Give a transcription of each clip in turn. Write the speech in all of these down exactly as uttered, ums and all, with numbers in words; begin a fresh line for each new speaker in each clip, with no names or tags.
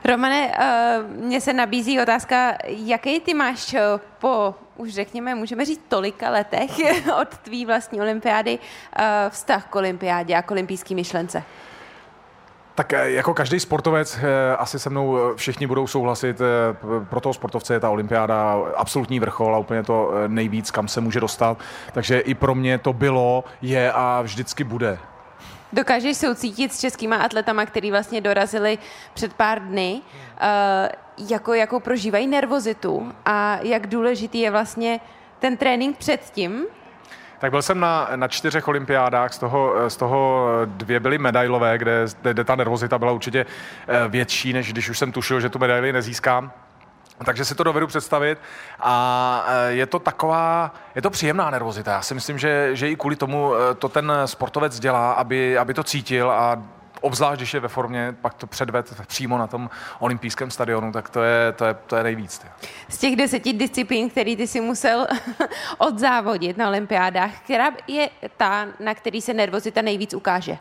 Romane, mně se nabízí otázka, jaký ty máš po, už řekněme, můžeme říct tolika letech od tvý vlastní olympiády vztah k olympiádě a k olympijský myšlence?
Tak jako každý sportovec, asi se mnou všichni budou souhlasit, pro toho sportovce je ta olympiáda absolutní vrchol a úplně to nejvíc, kam se může dostat. Takže i pro mě to bylo, je a vždycky bude.
Dokážeš soucítit s českýma atletama, který vlastně dorazili před pár dny, jako, jakou prožívají nervozitu a jak důležitý je vlastně ten trénink předtím?
Tak byl jsem na, na čtyřech olympiádách, z toho, z toho dvě byly medailové, kde, kde ta nervozita byla určitě větší, než když už jsem tušil, že tu medaili nezískám. Takže si to dovedu představit a je to taková, je to příjemná nervozita. Já si myslím, že, že i kvůli tomu to ten sportovec dělá, aby, aby to cítil a obzvlášť, když je ve formě, pak to předved přímo na tom olympijském stadionu, tak to je, to je, to je nejvíc. Tě.
Z těch deseti disciplín, který ty si musel odzávodit na olympiádách, která je ta, na který se nervozita nejvíc ukáže?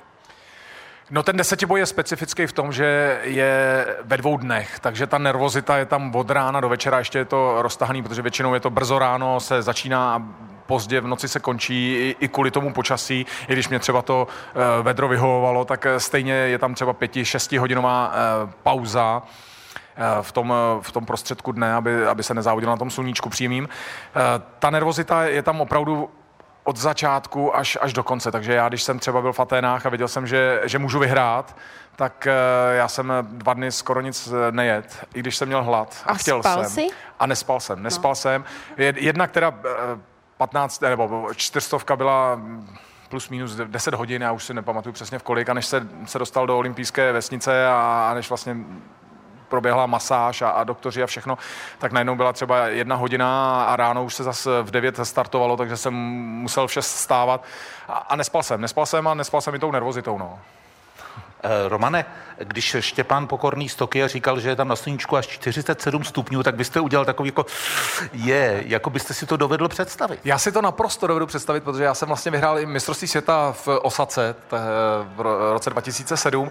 No ten desetiboj je specifický v tom, že je ve dvou dnech, takže ta nervozita je tam od rána do večera, ještě je to roztahaný, protože většinou je to brzo ráno, se začíná a pozdě v noci se končí i, i kvůli tomu počasí, i když mě třeba to e, vedro vyhovovalo, tak stejně je tam třeba pěti, šestihodinová e, pauza e, v tom, v tom prostředku dne, aby, aby se nezávodilo na tom sluníčku přímým. E, ta nervozita je tam opravdu od začátku až, až do konce, takže já, když jsem třeba byl v Aténách a viděl jsem, že, že můžu vyhrát, tak uh, já jsem dva dny skoro nic nejet, i když jsem měl hlad a,
a
chtěl
spal
jsem.
Jsi?
A nespal jsem, nespal no. jsem. Jedna, která uh, patnáct, nebo čtyřstovka byla plus minus deset hodin, já už si nepamatuju přesně v kolik, a než se, se dostal do olympijské vesnice a, a než vlastně proběhla masáž a, a doktoři a všechno, tak najednou byla třeba jedna hodina a ráno už se zase v devět startovalo, takže jsem musel v šest stávat a, a nespal jsem, nespal jsem a nespal jsem i tou nervozitou, no.
Romane, když Štěpán Pokorný z Tokia říkal, že je tam na sluníčku až čtyřicet sedm stupňů, tak byste udělal takový jako je, jako byste si to dovedl představit.
Já si to naprosto dovedu představit, protože já jsem vlastně vyhrál i mistrovství světa v Osace v roce dva tisíce sedm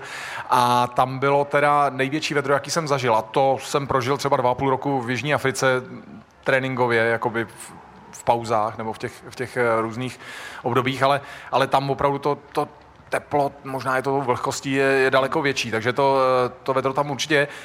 a tam bylo teda největší vedro, jaký jsem zažil, a to jsem prožil třeba dva a půl roku v Jižní Africe tréninkově, jakoby v, v pauzách nebo v těch, v těch různých obdobích, ale, ale tam opravdu to, to teplo, možná je to vlhkostí, je, je daleko větší, takže to, to vedro tam určitě je.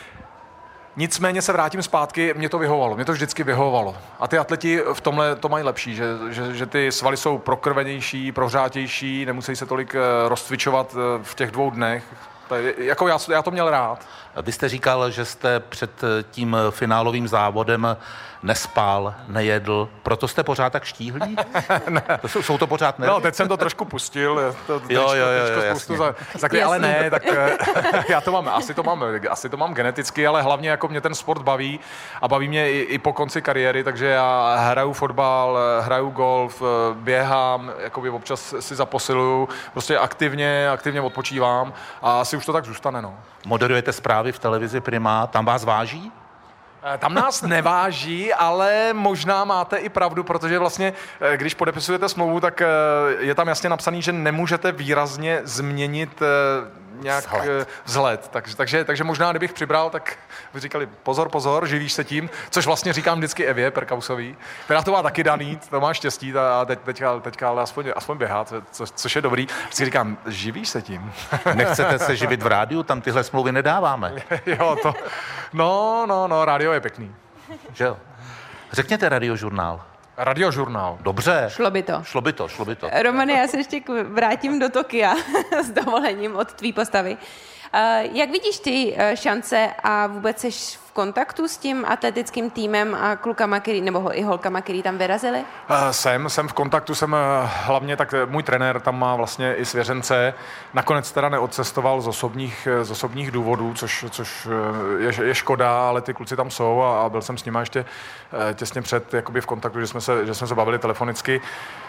Nicméně se vrátím zpátky, mě to vyhovovalo, mě to vždycky vyhovovalo. A ty atleti v tomhle to mají lepší, že, že, že ty svaly jsou prokrvenější, prohřátější, nemusí se tolik rozcvičovat v těch dvou dnech. Jako já, já to měl rád.
Vy jste říkal, že jste před tím finálovým závodem nespal, nejedl, proto jste pořád tak štíhlí?
Ne.
To jsou, jsou to pořád nervy?
No, teď jsem to trošku pustil, to,
jo, jo, jo, jo,
jo, za, za, ale ne, tak já to mám, asi to mám, asi to mám geneticky, ale hlavně jako mě ten sport baví a baví mě i, i po konci kariéry, takže já hraju fotbal, hraju golf, běhám, jakoby občas si zaposiluju, prostě aktivně, aktivně odpočívám a asi už to tak zůstane, no.
Moderujete zprávy v televizi Prima, tam vás váží?
Tam nás neváží, ale možná máte i pravdu, protože vlastně, když podepisujete smlouvu, tak je tam jasně napsaný, že nemůžete výrazně změnit nějak vzhled. vzhled. Takže, takže, takže možná, kdybych přibral, tak by říkali pozor, pozor, živíš se tím, což vlastně říkám vždycky Evě Perkausový, která to má taky daný, to má štěstí a teď, teďka, teďka ale aspoň, aspoň běhá, co, což je dobrý. Vždycky říkám, živíš se tím.
Nechcete se živit v rádiu, tam tyhle smlouvy nedáváme.
Jo, to, no, no, no, rádio je pěkný.
Že jo. Řekněte radiožurnál.
Radiožurnál.
Dobře.
Šlo by to.
Šlo by to, šlo by to.
Romane, já se ještě vrátím do Tokia s dovolením od tvý postavy. Jak vidíš ty šance a vůbec jsi v kontaktu s tím atletickým týmem a klukama, který, nebo i holkama, který tam vyrazili?
Jsem, jsem v kontaktu, jsem hlavně, tak můj trenér tam má vlastně i svěřence. Nakonec teda neodcestoval z osobních, z osobních důvodů, což, což je, je škoda, ale ty kluci tam jsou a, a byl jsem s nima ještě těsně před jakoby v kontaktu, že jsme se, že jsme se bavili telefonicky.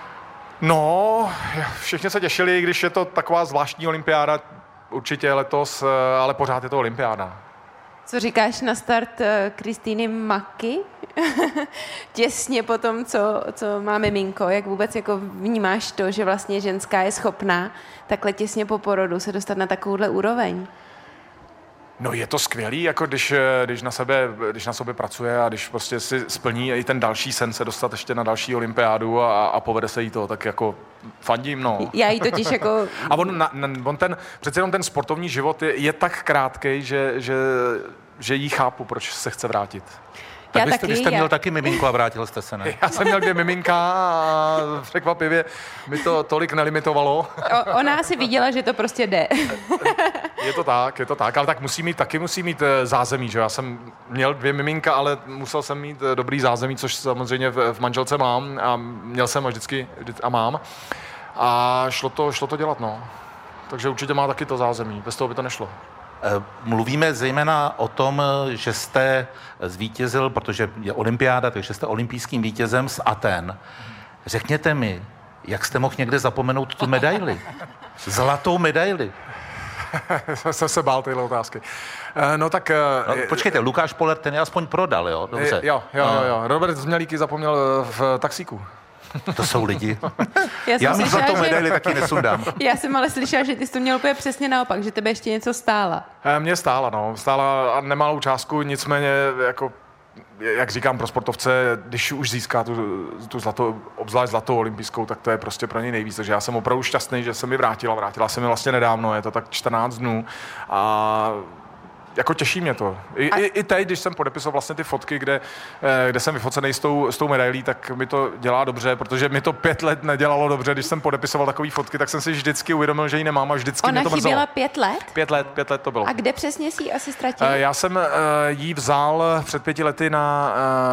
No, všichni se těšili, když je to taková zvláštní olympiáda, určitě letos, ale pořád je to olympiáda.
Co říkáš na start Kristýny Maky? Těsně po tom, co, co má miminko, jak vůbec jako vnímáš to, že vlastně ženská je schopná takhle těsně po porodu se dostat na takovouhle úroveň?
No je to skvělý, jako když, když, na sebe, když na sobě pracuje a když prostě si splní i ten další sen se dostat ještě na další olympiádu a, a povede se jí to, tak jako fandím, no.
Já jí totiž jako...
A on, na, on ten, přece jenom ten sportovní život je, je tak krátkej, že, že, že jí chápu, proč se chce vrátit.
Tak
já
vy jste,
taky,
vy jste měl
já...
taky miminko a vrátil jste se, ne?
Já jsem měl dvě miminka a překvapivě mi to tolik nelimitovalo.
O, ona asi viděla, že to prostě jde.
Je to tak, je to tak, ale tak musí mít, taky musí mít zázemí, že já jsem měl dvě miminka, ale musel jsem mít dobrý zázemí, což samozřejmě v, v manželce mám a měl jsem a vždycky a mám. A šlo to, šlo to dělat, no. Takže určitě má taky to zázemí, bez toho by to nešlo.
Mluvíme zejména o tom, že jste zvítězil, protože je olympiáda, takže jste olympijským vítězem z Aten. Řekněte mi, jak jste mohl někde zapomenout tu medaili? Zlatou medaili.
Jsem se bál tyhle otázky. No tak...
No, počkejte, Lukáš Poler, ten je aspoň prodal, jo? Dobře.
Jo, jo, jo, jo. Robert Změlíky zapomněl v taxíku.
To jsou lidi.
Já,
Já mi za to
že...
medaili taky nesundám.
Já jsem ale slyšela, že ty jsi to měl úplně přesně naopak, že tebe ještě něco stála.
Mě stála, no. Stála nemalou částku, nicméně jako, jak říkám, pro sportovce, když už získá tu, tu zlatou, obzvlášť zlatou olympijskou, tak to je prostě pro něj nejvíc. Takže já jsem opravdu šťastný, že se mi vrátila. Vrátila se mi vlastně nedávno, je to tak čtrnáct dnů. A jako těší mě to. I, a... i, i teď, když jsem podepisoval vlastně ty fotky, kde, kde jsem vyfocený s tou, s tou medailí, tak mi to dělá dobře, protože mi to pět let nedělalo dobře. Když jsem podepisoval takové fotky, tak jsem si vždycky uvědomil, že ji nemám a vždycky
Ona
mě to mrzelo.
Ona chyběla pět let?
Pět let, pět let to bylo.
A kde přesně jsi ji asi ztratil?
Já jsem jí vzal před pěti lety na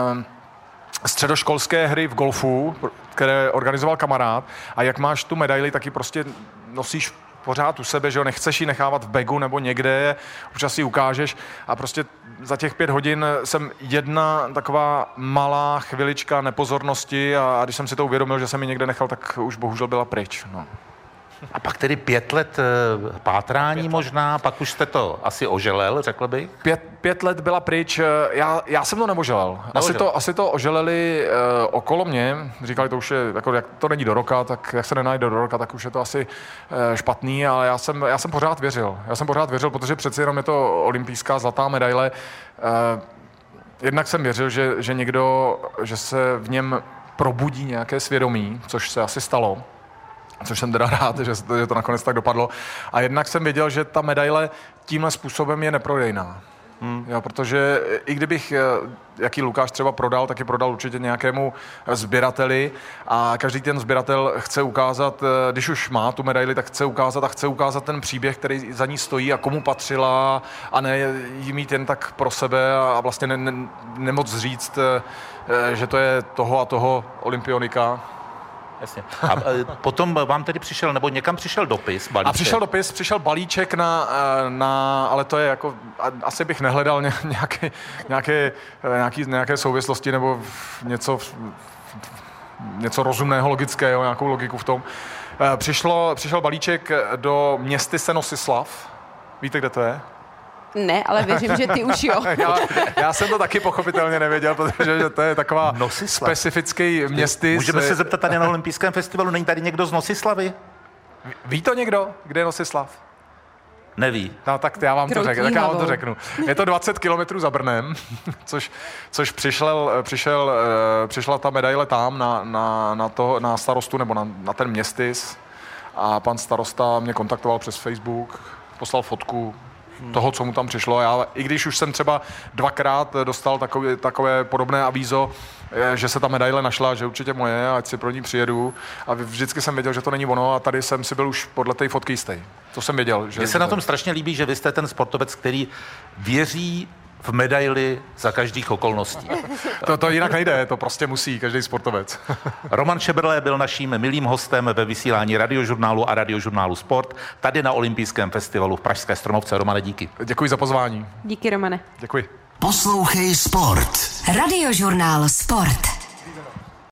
středoškolské hry v golfu, které organizoval kamarád. A jak máš tu medaili, tak ji prostě nosíš pořád u sebe, že jo, nechceš ji nechávat v bagu nebo někde, občas ji ukážeš a prostě za těch pět hodin jsem jedna taková malá chvilička nepozornosti a když jsem si to uvědomil, že jsem ji někde nechal, tak už bohužel byla pryč, no.
A pak tedy pět let pátrání pět možná, let. Pak už jste to asi oželel, řekl bych?
Pět, pět let byla pryč, já, já jsem to neoželel. Asi to, asi to oželeli uh, okolo mě, říkali, to už je, jako, jak to není do roka, tak jak se nenajde do roka, tak už je to asi uh, špatný, ale já jsem, já jsem pořád věřil. Já jsem pořád věřil, protože přeci jenom je to olympijská zlatá medaile. Uh, jednak jsem věřil, že, že někdo, že se v něm probudí nějaké svědomí, což se asi stalo. Což jsem teda rád, že to nakonec tak dopadlo. A jednak jsem věděl, že ta medaile tímhle způsobem je neprodejná. Hmm. Jo, protože i kdybych, jaký Lukáš třeba prodal, tak ji prodal určitě nějakému sběrateli a každý ten sběratel chce ukázat, když už má tu medaili, tak chce ukázat a chce ukázat ten příběh, který za ní stojí a komu patřila a ne jí mít jen tak pro sebe a vlastně ne, ne, nemoc říct, že to je toho a toho olympionika.
Jasně. A potom vám tedy přišel, nebo někam přišel dopis, balíček?
A přišel dopis, přišel balíček na, na ale to je jako, asi bych nehledal nějaké, nějaké, nějaký, nějaké souvislosti nebo něco, něco rozumného, logického, nějakou logiku v tom. Přišlo, přišel balíček do městyse Nosislav. Víte, kde to je?
Ne, ale věřím, že ty už jo.
já, já jsem to taky pochopitelně nevěděl, protože to je taková
Nosislav.
Specifický městys.
Můžeme se zeptat tady na olympijském festivalu, není tady někdo z Nosislavy?
Ví to někdo, kde je Nosislav?
Neví.
No tak já vám to řeknu, tak já vám to řeknu. Je to dvacet kilometrů za Brnem, což, což přišel, přišel, přišla ta medaile tam na, na, na, to, na starostu nebo na, na ten městys a pan starosta mě kontaktoval přes Facebook, poslal fotku toho, co mu tam přišlo. Já, i když už jsem třeba dvakrát dostal takové, takové podobné avízo, že se ta medaile našla, že určitě moje, ať si pro ní přijedu. A vždycky jsem věděl, že to není ono a tady jsem si byl už podle té fotky jistý. To jsem věděl. Že
Mně se na tom strašně líbí, že vy jste ten sportovec, který věří v medaili za každých okolností.
To, to jinak nejde, to prostě musí každý sportovec.
Roman Šeberle byl naším milým hostem ve vysílání Radiožurnálu a Radiožurnálu Sport, tady na olympijském festivalu v Pražské Stromovce. Romane, díky.
Děkuji za pozvání.
Díky, Romane.
Děkuji.
Poslouchej Sport. Radiožurnál Sport.